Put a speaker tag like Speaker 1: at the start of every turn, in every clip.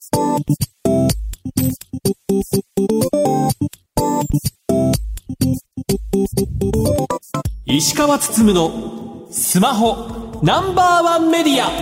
Speaker 1: 石川つつむのスマホナンバーワンメディア。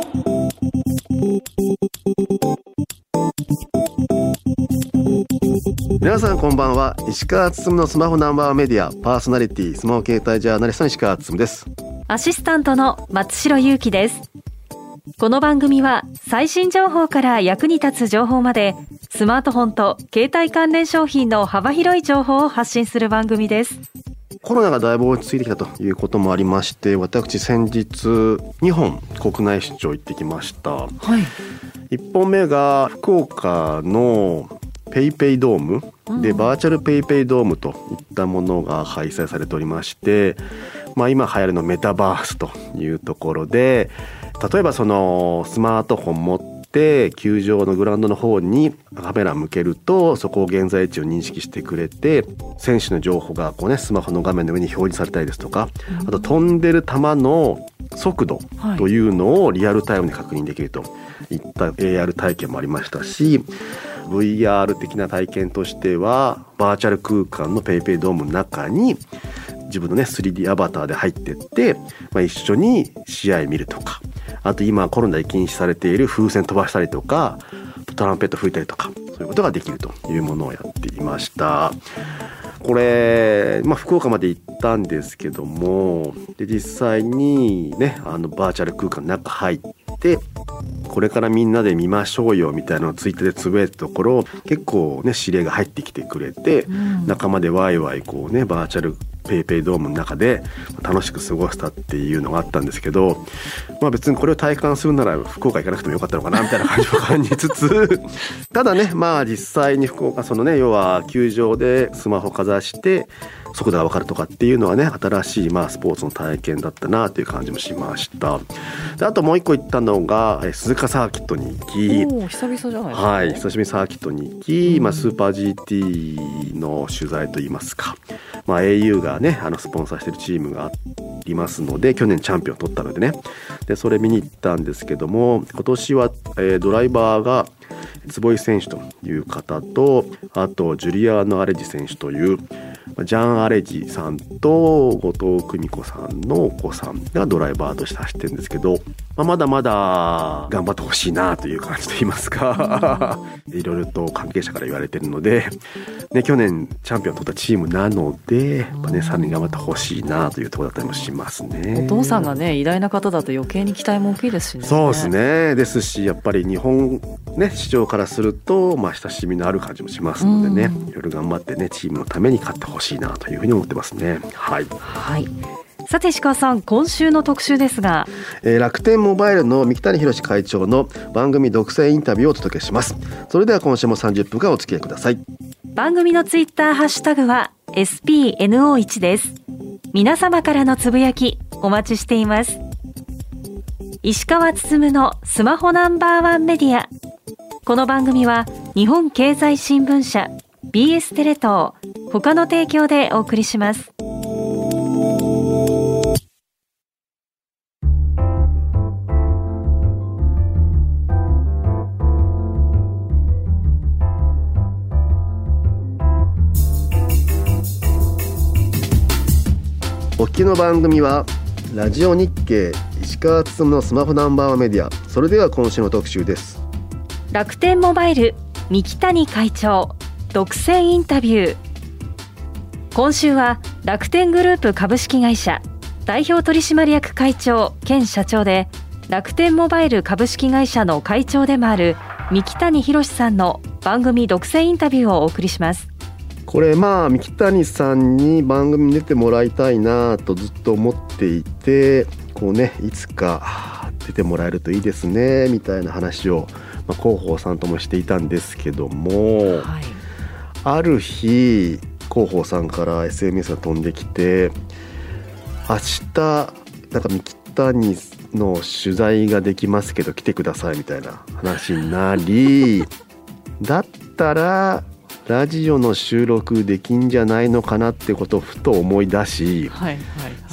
Speaker 2: 皆さんこんばんは。石川つつむのスマホナンバーワンメディアパーソナリティ、スマホ携帯ジャーナリストの石川つつむです。
Speaker 3: アシスタントの松代ゆうきです。この番組は最新情報から役に立つ情報まで、スマートフォンと携帯関連商品の幅広い情報を発信する番組です。
Speaker 2: コロナがだいぶ落ち着いてきたということもありまして、私先日2本国内出張行ってきました、1本目が福岡のペイペイドームで、バーチャルペイペイドームといったものが開催されておりまして、今流行りのメタバースというところで、例えばそのスマートフォン持って球場のグラウンドの方にカメラ向けると、そこを現在地を認識してくれて、選手の情報がスマホの画面の上に表示されたりですとか、あと飛んでる球の速度というのをリアルタイムで確認できるといった AR 体験もありましたし、VR 的な体験としてはバーチャル空間のペイペイドームの中に自分の3D アバターで入っていって、一緒に試合見るとか、あと今コロナで禁止されている風船飛ばしたりとか、トランペット吹いたりとか、そういうことができるというものをやっていました。これ、福岡まで行ったんですけども、で実際にバーチャル空間の中入って、これからみんなで見ましょうよみたいなのをツイッターでつぶやいたところ、結構指令が入ってきてくれて、仲間でワイワイバーチャルペイペイドームの中で楽しく過ごしたっていうのがあったんですけど、別にこれを体感するなら福岡行かなくてもよかったのかなみたいな感じを感じつつただ実際に福岡要は球場でスマホかざして速度が分かるとかっていうのは新しいスポーツの体験だったなという感じもしました。であともう一個行ったのが鈴鹿サーキットに行き、
Speaker 3: 久々じゃないですか。
Speaker 2: 久しぶりにサーキットに行き、スーパー GT の取材といいますか、au がスポンサーしているチームがありますので、去年チャンピオンを取ったのででそれ見に行ったんですけども、今年は、ドライバーが坪井選手という方と、あとジュリアーノ・アレジ選手というジャン・アレジさんと後藤久美子さんのお子さんがドライバーとして走ってるんですけど、まだまだ頑張ってほしいなという感じといいますかいろいろと関係者から言われてるので、去年チャンピオンを取ったチームなので、さらに頑張ってほしいなというところだったりもしますね。
Speaker 3: お父さんが偉大な方だと余計に期待も大きいですしね。
Speaker 2: そうですね。ですしやっぱり日本市場からすると親しみのある感じもしますのでいろいろ頑張ってチームのために勝ってほしいなというふうに思ってますね。
Speaker 3: さて石川さん、今週の特集ですが、
Speaker 2: 楽天モバイルの三木谷博会長の番組独占インタビューをお届けします。それでは今週も30分間お付き合いください。
Speaker 3: 番組のツイッターハッシュタグは SPNO1 です。皆様からのつぶやきお待ちしています。石川つつむのスマホナンバーワンメディア。この番組は日本経済新聞社、BS テレ東他の提供でお送りします。
Speaker 2: お聞きの番組はラジオ日経石川つつむのスマホナンバーワンメディア。それでは今週の特集です。
Speaker 3: 楽天モバイル三木谷会長独占インタビュー。今週は楽天グループ株式会社代表取締役会長兼社長で、楽天モバイル株式会社の会長でもある三木谷博さんの番組独占インタビューをお送りします。
Speaker 2: これ三木谷さんに番組に出てもらいたいなとずっと思っていて、いつか出てもらえるといいですねみたいな話を、広報さんともしていたんですけども、ある日広報さんから SMS が飛んできて、明日三木谷の取材ができますけど来てくださいみたいな話になりだったらラジオの収録できんじゃないのかなってことをふと思い出し、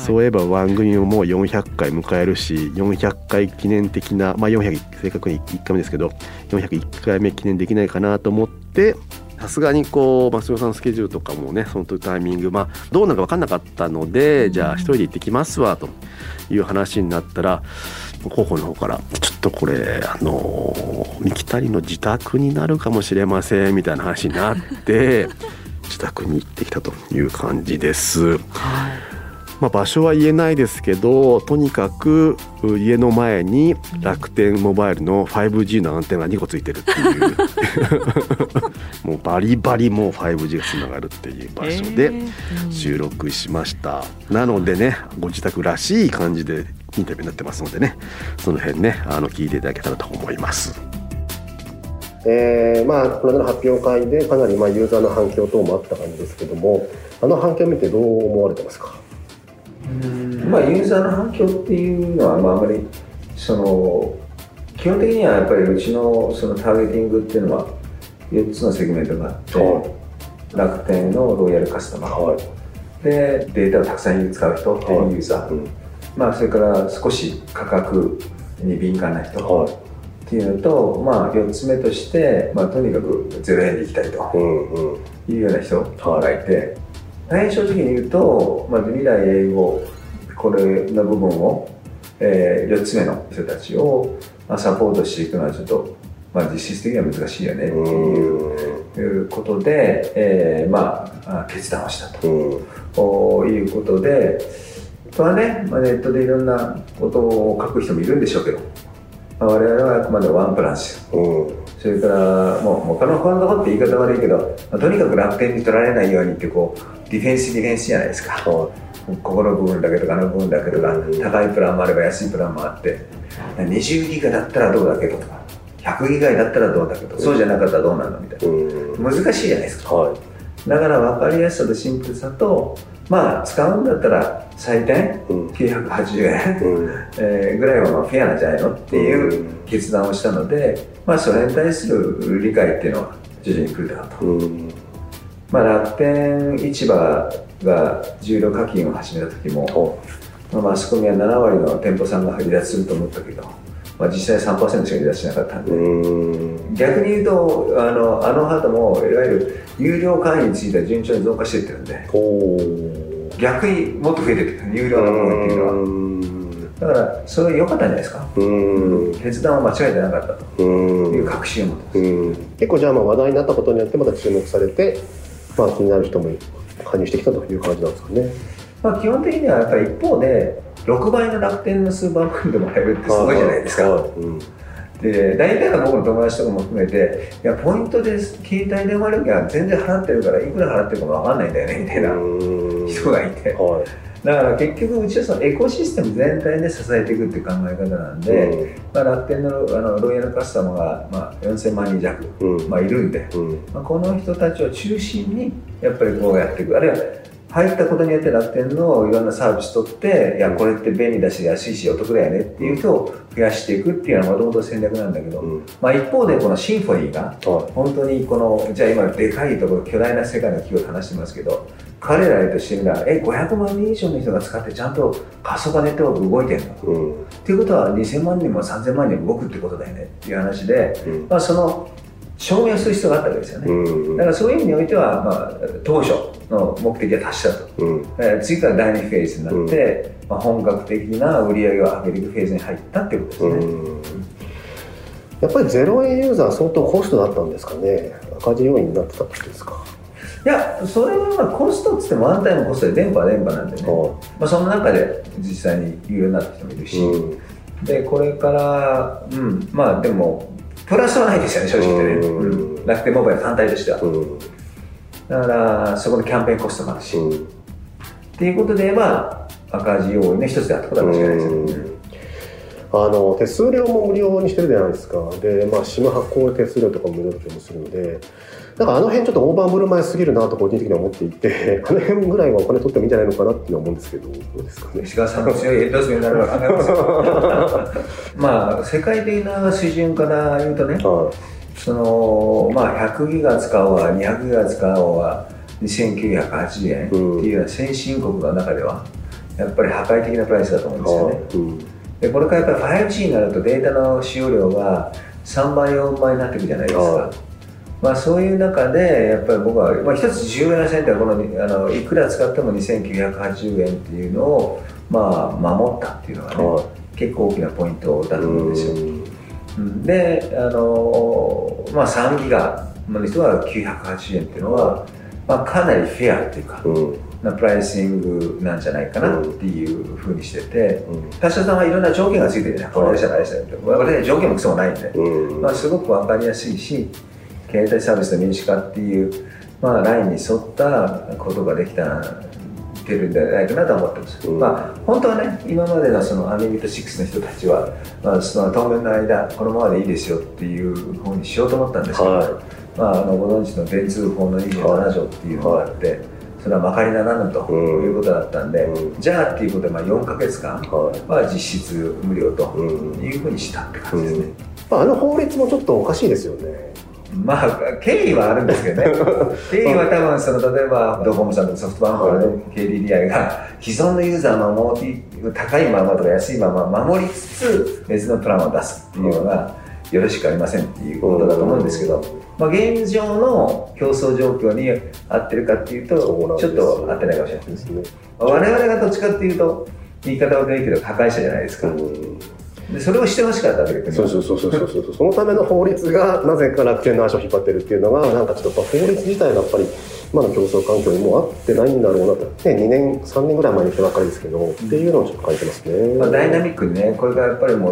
Speaker 2: そういえば番組ももう400回迎えるし、400回記念的な、400正確に1回目ですけど401回目記念できないかなと思って、さすがに増代さんスケジュールとかもね、そのタイミングどうなるか分かんなかったので、じゃあ一人で行ってきますわという話になったら、広報の方からちょっとこれ三木谷の自宅になるかもしれませんみたいな話になって自宅に行ってきたという感じです。場所は言えないですけど、とにかく家の前に楽天モバイルの 5G のアンテナが2個ついてるっていうもうバリバリもう 5G がつながるっていう場所で収録しました。なのでね、ご自宅らしい感じでインタビューになってますのでね、その辺ね聞いていただけたらと思います。この間の発表会でかなりユーザーの反響等もあった感じですけども、あの反響を見てどう思われてますか？
Speaker 4: ユーザーの反響っていうのは、あまり基本的にはやっぱりうちのそのターゲティングっていうのは4つのセグメントがあって、楽天のロイヤルカスタマー、でデータをたくさん使う人っていうユーザー、それから少し価格に敏感な人っていうのと、4つ目として、とにかく0円でいきたいというような人がいて、大変正直に言うと、未来英語これの部分を、4つ目の人たちを、サポートしていくのはちょっと、実質的には難しいよねっていうことで、決断をしたということで、ネットでいろんなことを書く人もいるんでしょうけど、我々はあくまでワンプランです。それからもう他のファンドって言い方悪いけど、とにかく楽天に取られないようにってディフェンスじゃないですか。ここの部分だけとかあの部分だけとか、高いプランもあれば安いプランもあって、20ギガだったらどうだけどとか100ギガだったらどうだけど、そうじゃなかったらどうなのみたいな、難しいじゃないですか。だから分かりやすさとシンプルさと、使うんだったら最低980円、ぐらいはフェアなんじゃないのっていう決断をしたので、それに対する理解っていうのは徐々に来るだろうと。楽天市場が重量課金を始めた時も、マスコミは7割の店舗さんが離脱すると思ったけど、実際 3% しか離脱しなかったんで、逆に言うとあのハートもいわゆる有料会員については順調に増加していってるんで、逆にもっと増えてる有料の部分っていうのは。だからそれ良かったんじゃないですか。決断は間違えてなかったという確信を持ってます。
Speaker 2: 結構じゃあ話題になったことによってまた注目されて、気になる人も加入してきたという感じなんですかね。
Speaker 4: 基本的にはやっぱり一方で6倍の楽天のスーパーポイントも入るってすごいじゃないですか。で大体の僕の友達とかも含めて、いやポイントで携帯電話料金は全然払ってるからいくら払ってるかも分かんないんだよねみたいな人がいて、だから結局うちはそのエコシステム全体で支えていくっていう考え方なんで、楽天のロイヤルカスタマーが4000万人弱、いるんで、この人たちを中心にやっぱりこうやっていく、あるいは入ったことによって楽天のいろんなサービス取って、いやこれって便利だし安いしお得だよねっていう人を増やしていくっていうのはもともと戦略なんだけど、一方でこのシンフォニーが本当にじゃあ今でかいところ巨大な世界の企業と話してますけど、彼らとしてみれば500万人以上の人が使ってちゃんと仮想化ネットワーク動いてるの、っていうことは2000万人も3000万人も動くってことだよねっていう話で、その証明する必要があったわけですよね。だからそういう意味においては、当初の目的は達したと、次から第2フェーズになって、本格的な売り上げを上げていくフェーズに入ったっていうことですね。
Speaker 2: やっぱり0円ユーザーは相当コストだったんですかね。赤字要因になってたってことですか。
Speaker 4: いや、それはコストっつってもワンタイムコストで電波は電波なんでね、その中で実際に有料になった人もいるし、でこれから、でもプラスはないですよね、正直言ってね、楽天モバイル単体としては、だからそこのキャンペーンコストもあるし、っていうことで言えば赤字要因の一つであったことは間違いないですよね。
Speaker 2: 手数料も無料にしてるじゃないですか。で、SIM発行手数料とかも無料だったりもするので、あの辺ちょっと大盤振る舞いすぎるなと個人的には思っていて、あの辺ぐらいはお金取ってもいいんじゃないのかなって思うんですけど、どうですかね。
Speaker 4: 石川さんの強いエンドスメになるのは考えますよ。世界的な水準から言うとね、100ギガ使おうが200ギガ使おうが2980円っていうような先進国の中ではやっぱり破壊的なプライスだと思うんですよね。でこれからやっぱり 5G になるとデータの使用量が3倍4倍になっていくじゃないですか。そういう中でやっぱり僕は、一つ重要な線ってこのいくら使っても2980円っていうのを守ったっていうのがね、結構大きなポイントだと思うんですよ。で3ギガの人は980円っていうのは、かなりフェアっていうか、なプライシングなんじゃないかなっていうふうにしてて、他社さんはいろんな条件がついてるね、これでしたらあれでしたって、私条件もクソもないんで、すごく分かりやすいし、携帯サービスの民主化っていう、ラインに沿ったことができてるんじゃないかなと思ってます。本当はね、今までのそのアンリミット6の人たちは、その当面の間このままでいいですよっていうふうにしようと思ったんですけど、ご存知の電通法の27条っていうのがあって、それはまかりならぬということだったんで、じゃあっていうことで4ヶ月間は実質無料というふうにしたって感じですね。
Speaker 2: あの法律もちょっとおかしいですよね。
Speaker 4: 経緯はあるんですけどね。経緯は多分例えばドコモさんとかソフトバンクとかの KDDI が既存のユーザーの高いままとか安いまま守りつつ別のプランを出すっていうのがよろしくありませんっていうことだと思うんですけど、現状の競争状況に合ってるかっていうとちょっと合ってないかもしれないですね。我々がどっちかっていうと言い方は悪いけど破壊者じゃないですか。でそれをしてほしかったわけですよ。
Speaker 2: そのための法律がなぜか楽天の足を引っ張ってるっていうのがなんかちょっと法律自体がやっぱり今の競争環境にも合ってないんだろうなと、2年3年ぐらい前に来たばかりですけど、っていうのをちょっと感じてますね。
Speaker 4: ダイナミックにね、これがやっぱりもう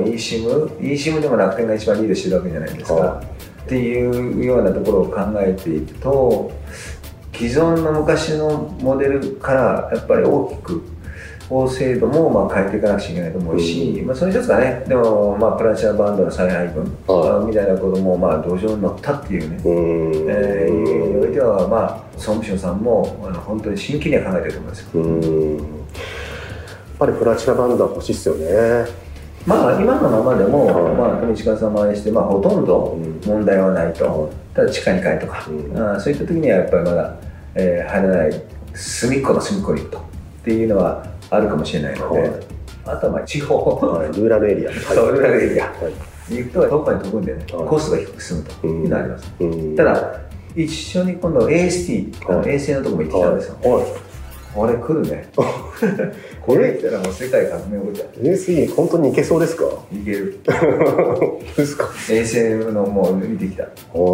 Speaker 4: eSIM でも楽天が一番リードしてるわけじゃないですか。っていうようなところを考えていくと、既存の昔のモデルからやっぱり大きく法制度も変えていかなくちゃいけないと思うし、その一つがね、でもプラチナバンドの再配分みたいなことも土壌に乗ったっていうね、意味においては総務省さんも本当に真剣には考えてると思いますよ。
Speaker 2: やっぱりプラチナバンドは欲しいっすよね。
Speaker 4: 今のままでも、富士川さんもあれして、ほとんど問題はないと、ただ地下2階とか、そういった時にはやっぱりまだ、入らない隅っこの隅っこに行くとっていうのはあるかもしれないので、あとは地方、
Speaker 2: ルーラルエリア、
Speaker 4: そうルーラルエリアに行くとどこかに飛ぶんでね、コストが低く済むというのがあります。ただ一緒に今度 AST、衛星のところも行ってきたんですよ。これ来るね。これ来たらもう世界革命起こっちゃう。
Speaker 2: ASE 本当に行けそうですか？
Speaker 4: 行ける。
Speaker 2: ですか？
Speaker 4: 衛星のもう見てきた。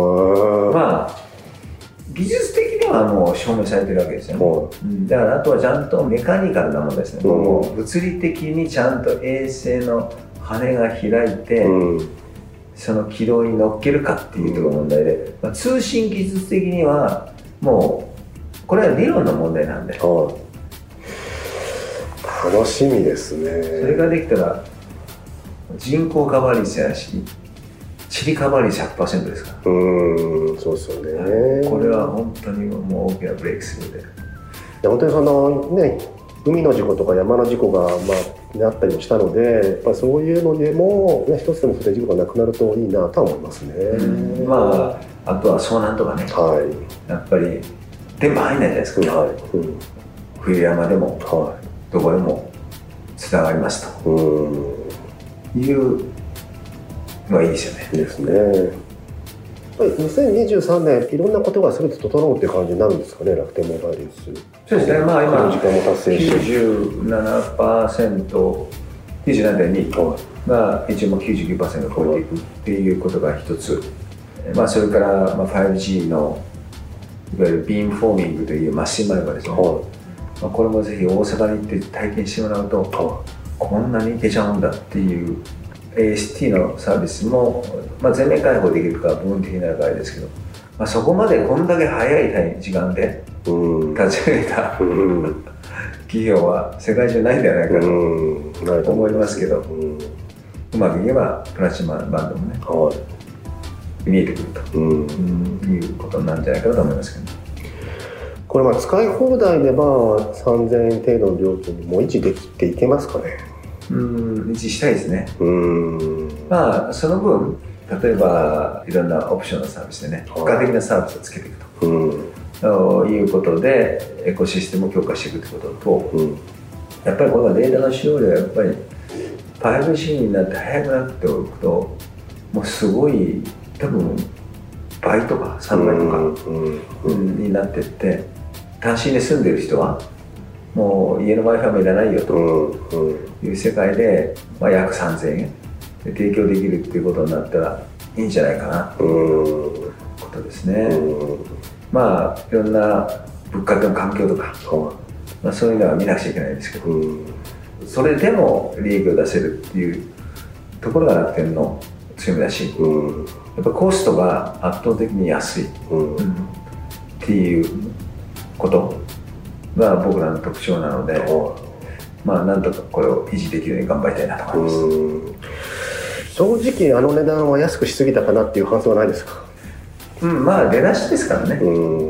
Speaker 4: 技術的にはもう証明されてるわけですよね。だからあとはちゃんとメカニカルなものですね。もう物理的にちゃんと衛星の羽が開いて、その軌道に乗っけるかっていうところが問題で、通信技術的にはもうこれは理論の問題なんで、
Speaker 2: 楽しみですね。
Speaker 4: それができたら人口カバー率やし地理カバー率 100% ですから。
Speaker 2: そうですよね。
Speaker 4: これは本当にもう大きなブレイクスルーで。
Speaker 2: 本当にそのね、海の事故とか山の事故があったりもしたので、やっぱりそういうのでも、一つでもそういう事故がなくなるといいなとは思いますね。
Speaker 4: あとは遭難とかね、やっぱり電波入んないじゃないですか。冬山でも、どこでもつながりますというのがいいですよね。
Speaker 2: ですね。やっぱり2023年いろんなことが全て整うっていう感じになるんですかね、楽天モバイルです。
Speaker 4: そうですね。今
Speaker 2: 時間も達成して
Speaker 4: 97%、97.2 が一応もう 99% 超えていくっていうことが一つ。それから5G のいわゆるビームフォーミングというマシンマイバーですね。これもぜひ大阪に行って体験してもらうと、こんなにいけちゃうんだっていう AST のサービスも、全面開放できるか部分的になるからですけど、そこまでこんだけ早い時間で立ち上げた企業は世界中ないんじゃないかと思いますけど、うまくいけばプラチナバンドもね、見えてくるということなんじゃないかなと思いますけどね。
Speaker 2: これ使い放題で3000円程度の料金にもう維持できていけますかね。
Speaker 4: 維持したいですね。その分例えばいろんなオプションのサービスでね、付加的なサービスをつけていくということでエコシステムを強化していくということと、 やっぱりこのデータの使用量はやっぱり 5G になって速くなっておくともうすごい多分倍とか3倍とかになっていって、単身で住んでる人はもう家の Wi-Fi もいらないよという世界で、約3000円で提供できるっていうことになったらいいんじゃないかなということですね。いろんな物価の環境とか、そういうのは見なくちゃいけないんですけど、それでも利益を出せるっていうところが楽天の強みだし、やっぱコストが圧倒的に安い、っていうことが僕らの特徴なので、なんとかこれを維持できるように頑張りたいなと思います。
Speaker 2: 正直あの値段は安くしすぎたかなっていう感想はないですか？
Speaker 4: 出だしですからね。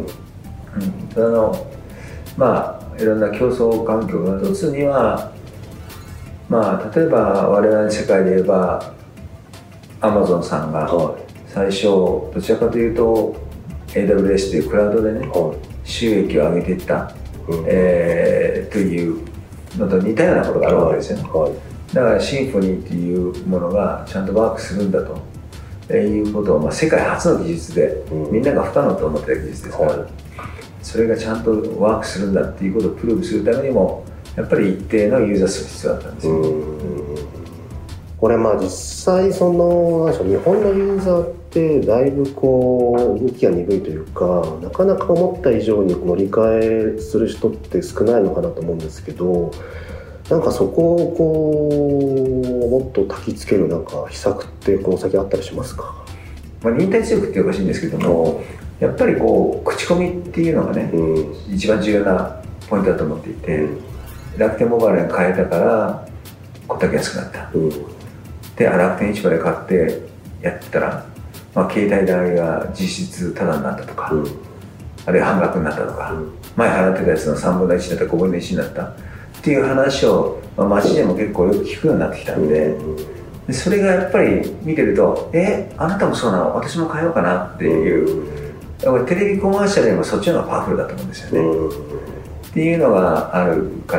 Speaker 4: いろんな競争環境が一つには、例えば我々の世界で言えばアマゾンさんが最初どちらかというと AWS というクラウドでね、収益を上げていった、というのと似たようなことがあるわけですよね。だからシンフォニーっていうものがちゃんとワークするんだということを、世界初の技術で、みんなが不可能と思ってた技術ですから、それがちゃんとワークするんだっていうことをプルーブするためにもやっぱり一定のユーザー数が必要だったんですよ。
Speaker 2: これ実際その日本のユーザーってだいぶ動きが鈍いというか、なかなか思った以上に理解する人って少ないのかなと思うんですけど、なんかそこをもっと焚きつける秘策ってこの先あったりしますか？
Speaker 4: 忍耐強くっておかしいんですけども、やっぱり口コミっていうのがね、一番重要なポイントだと思っていて、楽天モバイルに変えたからこれだけ安くなった、で楽天市場で買ってやってたら、携帯代が実質タダになったとか、あるいは半額になったとか、前払ってたやつの3分の1になった5分の1になったっていう話を、街でも結構よく聞くようになってきたんで、それがやっぱり見てると、あなたもそうなの、私も変えようかなっていう、テレビコマーシャルよりもそっちの方がパワフルだと思うんですよね。っていうのがあるから、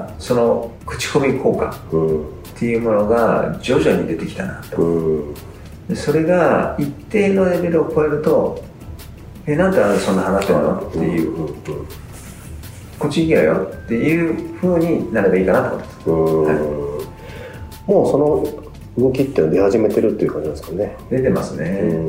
Speaker 4: その口コミ効果っていうものが徐々に出てきたなと。でそれが一定のレベルを超えると、なんであなたそんな話してるのっていう、こっち行けよっていう風になればいいかなと思ってます。
Speaker 2: もうその動きっていうのは出始めてるっていう感じなんですかね。
Speaker 4: 出てますね。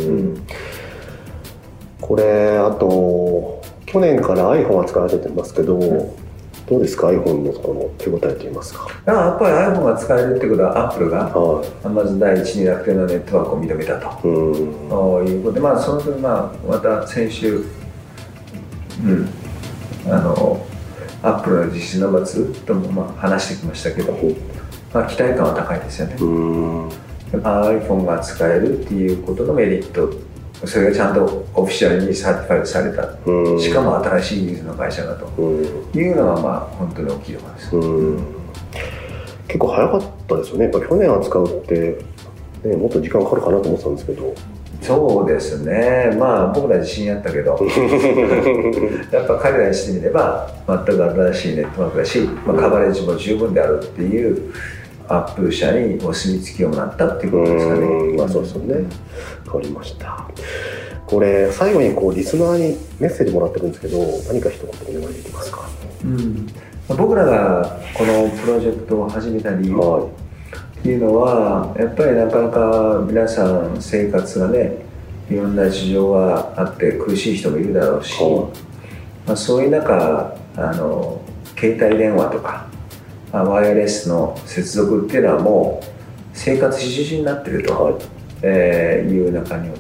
Speaker 2: これあと去年から iPhone 扱われてますけど、どうですか iPhone のこの手応えといいますか。
Speaker 4: やっぱり iPhone が使えるってことは Apple が、まず第一に楽天のネットワークを認めたと、いうことで、その時また先週、Apple の実施のずっとも話してきましたけど、期待感は高いですよね。iPhone が使えるっていうことのメリット、それがちゃんとオフィシャルにサーティファイドされた、しかも新しい技術の会社だというのが本当に大きいところです。
Speaker 2: 結構早かったですよね。やっぱ去年扱うって、もっと時間かかるかなと思ってたんですけど。
Speaker 4: そうですね。僕ら自信あったけどやっぱ彼らにしてみれば全く新しいネットワークだし、カバレッジも十分であるっていうアップル社にお墨付きをもらったっていうことですかね。
Speaker 2: そうですよね。変わりました。これ最後にリスナーにメッセージもらってるんですけど、何か一言お願いできますか？
Speaker 4: 僕らがこのプロジェクトを始めた理由っていうのは、やっぱりなかなか皆さん生活がね、いろんな事情があって苦しい人もいるだろうし、そういう中携帯電話とかワイヤレスの接続っていうのはもう生活必需になっていると、いう中によって、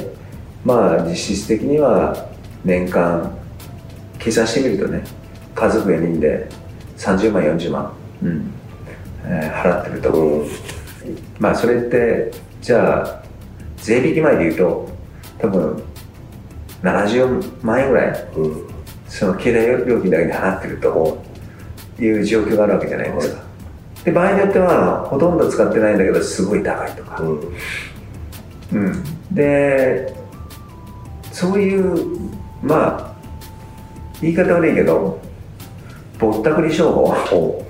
Speaker 4: 実質的には年間計算してみるとね、家族4人で30万40万、払ってると、それってじゃあ税引き前で言うと多分70万円ぐらい、その携帯料金だけで払ってるという状況があるわけじゃないですか。で場合によってはほとんど使ってないんだけどすごい高いとか、でそういう言い方悪いけどぼったくり商法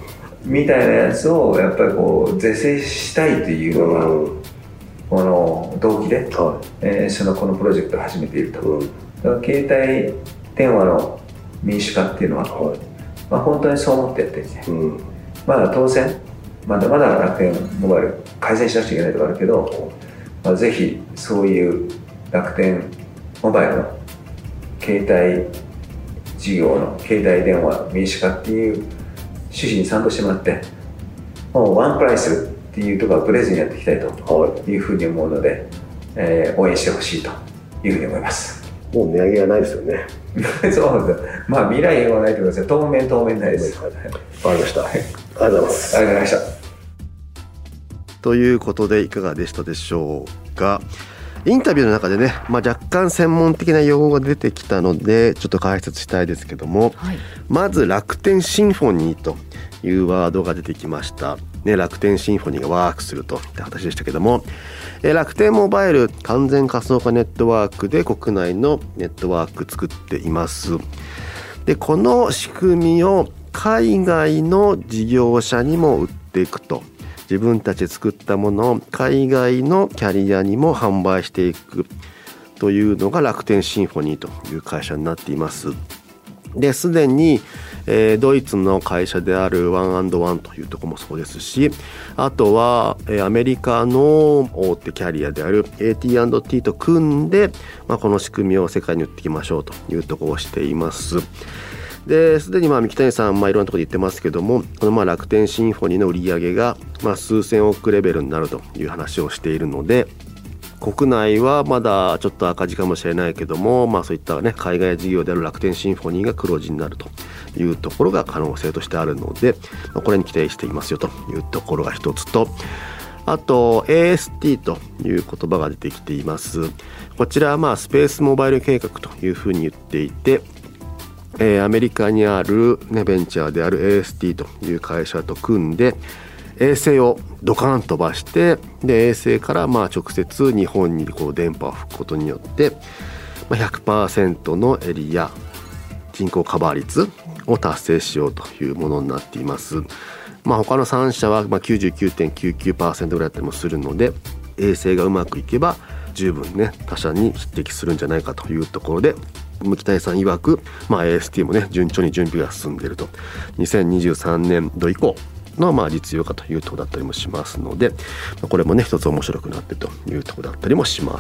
Speaker 4: みたいなやつをやっぱりこう是正したいというのが、この動機で、このプロジェクトを始めていると。だから携帯電話の民主化っていうのは、本当にそう思ってやってるんですね。当然まだまだ楽天モバイル改善しなくちゃいけないところあるけど、ぜひそういう楽天モバイルの携帯事業の携帯電話民主化っていう趣旨に賛同してもらって、もうワンプライスっていうところはブレずにやっていきたいというふうに思うので、応援してほしいというふうに思います。
Speaker 2: もう値上げがないですよね。
Speaker 4: そうです。未来はないということです。当面ないです。
Speaker 2: わかりました。ありがとうございます。
Speaker 4: ありがとうございました。
Speaker 2: ということでいかがでしたでしょうか。インタビューの中でね、若干専門的な用語が出てきたのでちょっと解説したいですけども、まず楽天シンフォニーというワードが出てきました、楽天シンフォニーがワークするといった話でしたけども、楽天モバイル完全仮想化ネットワークで国内のネットワーク作っています。でこの仕組みを海外の事業者にも売っていくと、自分たちで作ったものを海外のキャリアにも販売していくというのが楽天シンフォニーという会社になっています。ですでに、ドイツの会社であるワン&ワンというところもそうですし、あとは、アメリカの大手キャリアである AT&T と組んで、この仕組みを世界に売っていきましょうというところをしています。ですでに三木谷さんいろんなところで言ってますけども、この楽天シンフォニーの売り上げが数千億レベルになるという話をしているので、国内はまだちょっと赤字かもしれないけども、そういった海外事業である楽天シンフォニーが黒字になるというところが可能性としてあるので、これに期待していますよというところが一つと、あと AST という言葉が出てきています。こちらはスペースモバイル計画というふうに言っていて、アメリカにある、ベンチャーである AST という会社と組んで衛星をドカーン飛ばして、で衛星から直接日本に電波を吹くことによって 100% のエリア人口カバー率を達成しようというものになっています。他の3社は 99.99% ぐらいだったりもするので、衛星がうまくいけば十分他社に匹敵するんじゃないかというところで、三木谷さん曰く、AST も順調に準備が進んでいると、2023年度以降の実用化というところだったりもしますので、これも一つ面白くなってというところだったりもします。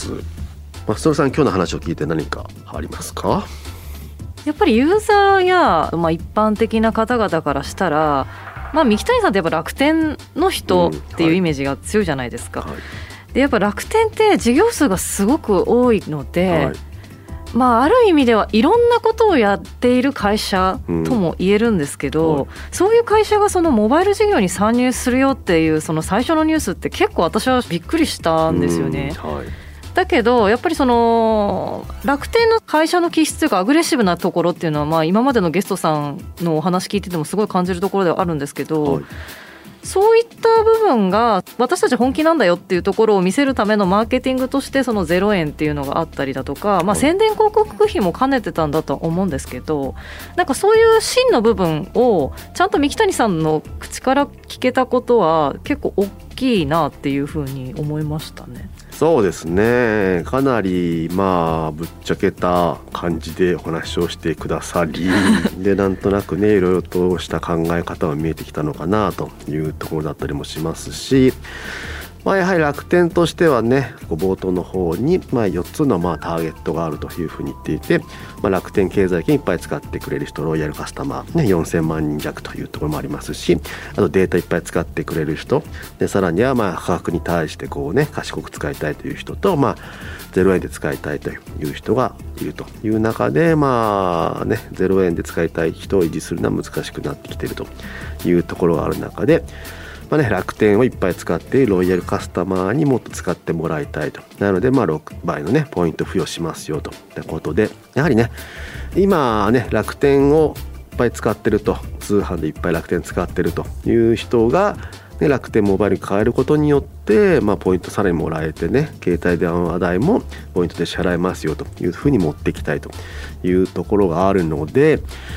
Speaker 2: ストロさん、今日の話を聞いて何かありますか？
Speaker 3: やっぱりユーザーや、一般的な方々からしたら、三木谷さんってやっぱ楽天の人っていうイメージが強いじゃないですか。でやっぱ楽天って事業数がすごく多いので、ある意味ではいろんなことをやっている会社とも言えるんですけど、そういう会社がそのモバイル事業に参入するよっていうその最初のニュースって結構私はびっくりしたんですよね。だけどやっぱりその楽天の会社の気質というかアグレッシブなところっていうのは、今までのゲストさんのお話聞いててもすごい感じるところではあるんですけど、そういった部分が私たち本気なんだよっていうところを見せるためのマーケティングとしてその0円っていうのがあったりだとか、宣伝広告費も兼ねてたんだとは思うんですけど、そういう真の部分をちゃんと三木谷さんの口から聞けたことは結構大きいなっていうふうに思いましたね。
Speaker 2: そうですね、かなりぶっちゃけた感じでお話をしてくださりでなんとなくいろいろとした考え方が見えてきたのかなというところだったりもしますし、やはり楽天としては冒頭の方に4つのターゲットがあるというふうに言っていて、楽天経済圏いっぱい使ってくれる人、ロイヤルカスタマー、4000万人弱というところもありますし、あとデータいっぱい使ってくれる人で、さらには価格に対して賢く使いたいという人と、0円で使いたいという人がいるという中で、0円で使いたい人を維持するのは難しくなってきているというところがある中で、楽天をいっぱい使っているロイヤルカスタマーにもっと使ってもらいたいと。なので6倍のポイント付与しますよということで、やはり今楽天をいっぱい使ってると、通販でいっぱい楽天使ってるという人が楽天モバイルに変えることによってポイントさらにもらえて携帯電話代もポイントで支払えますよというふうに持っていきたいというところがあるので、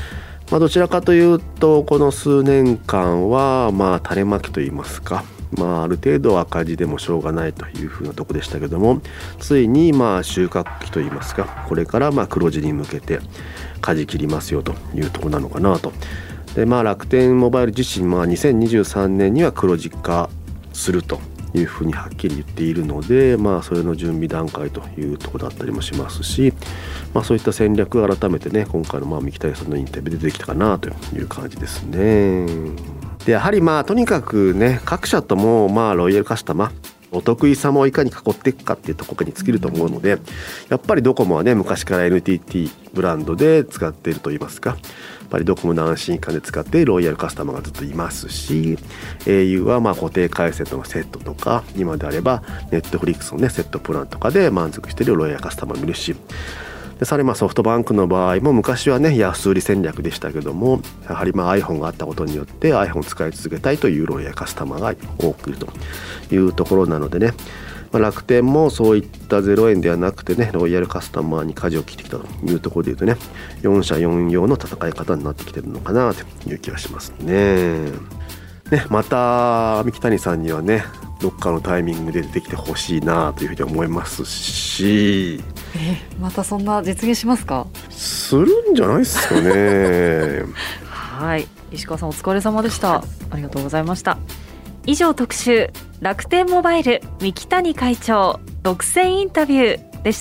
Speaker 2: どちらかというとこの数年間は種まきといいますか、ある程度赤字でもしょうがないというふうなとこでしたけども、ついに収穫期といいますか、これから黒字に向けて舵切りますよというところなのかなと。で楽天モバイル自身2023年には黒字化するというふうにはっきり言っているので、それの準備段階というところだったりもしますし、そういった戦略を改めてね、今回の三木谷さんのインタビューで出てきたかなという感じですね。でやはりとにかくね、各社ともロイヤルカスタマーお得意様をいかに囲っていくかっていうところに尽きると思うので、やっぱりドコモはね、昔から NTT ブランドで使っているといいますか、やっぱりドコモの安心感で使っているロイヤルカスタマーがずっといますし、 au は固定回線のセットとか、今であれば Netflix のねセットプランとかで満足しているロイヤルカスタマーもいるし、でさらにソフトバンクの場合も昔はね安売り戦略でしたけども、やはりiPhone があったことによって iPhone を使い続けたいというロイヤルカスタマーが多くいるというところなのでね、楽天もそういった0円ではなくてね、ロイヤルカスタマーに舵を切ってきたというところでいうとね、4社4用の戦い方になってきてるのかなという気がしますね。また三木谷さんにはね、どっかのタイミングで出てきてほしいなというふうに思いますし、
Speaker 5: またそんな実現しますか？
Speaker 2: するんじゃないですかね。
Speaker 5: はい、石川さんお疲れ様でした。ありがとうございました。
Speaker 3: 以上特集、楽天モバイル三木谷会長独占インタビューでした。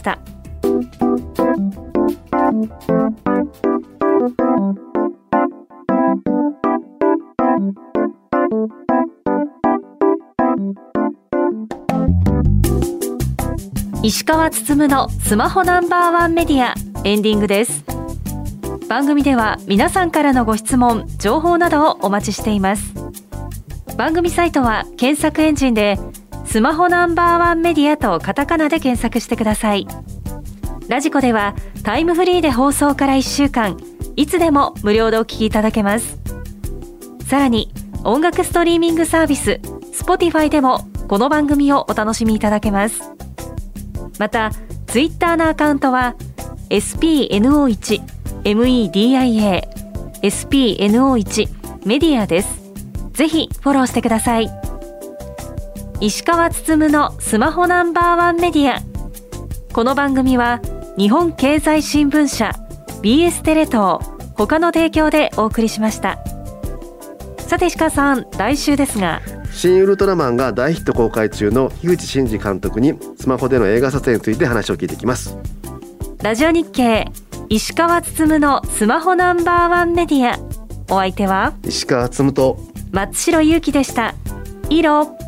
Speaker 3: 石川つつむのスマホナンバーワンメディア、エンディングです。番組では皆さんからのご質問、情報などをお待ちしています。番組サイトは検索エンジンでスマホナンバーワンメディアとカタカナで検索してください。ラジコではタイムフリーで放送から1週間いつでも無料でお聞きいただけます。さらに音楽ストリーミングサービス Spotify でもこの番組をお楽しみいただけます。またツイッターのアカウントは SPNO1 MEDIA SPNO1 メディアです。ぜひフォローしてください。石川つつむのスマホナンバーワンメディア。この番組は日本経済新聞社 BS テレ東他の提供でお送りしました。さて石川さん、来週ですが、
Speaker 2: 新ウルトラマンが大ヒット公開中の樋口真嗣監督にスマホでの映画撮影について話を聞いていきます。
Speaker 3: ラジオ日経石川つつむのスマホナンバーワンメディア。お相手は
Speaker 2: 石川つむと
Speaker 3: 松代ゆうきでした。いいろ。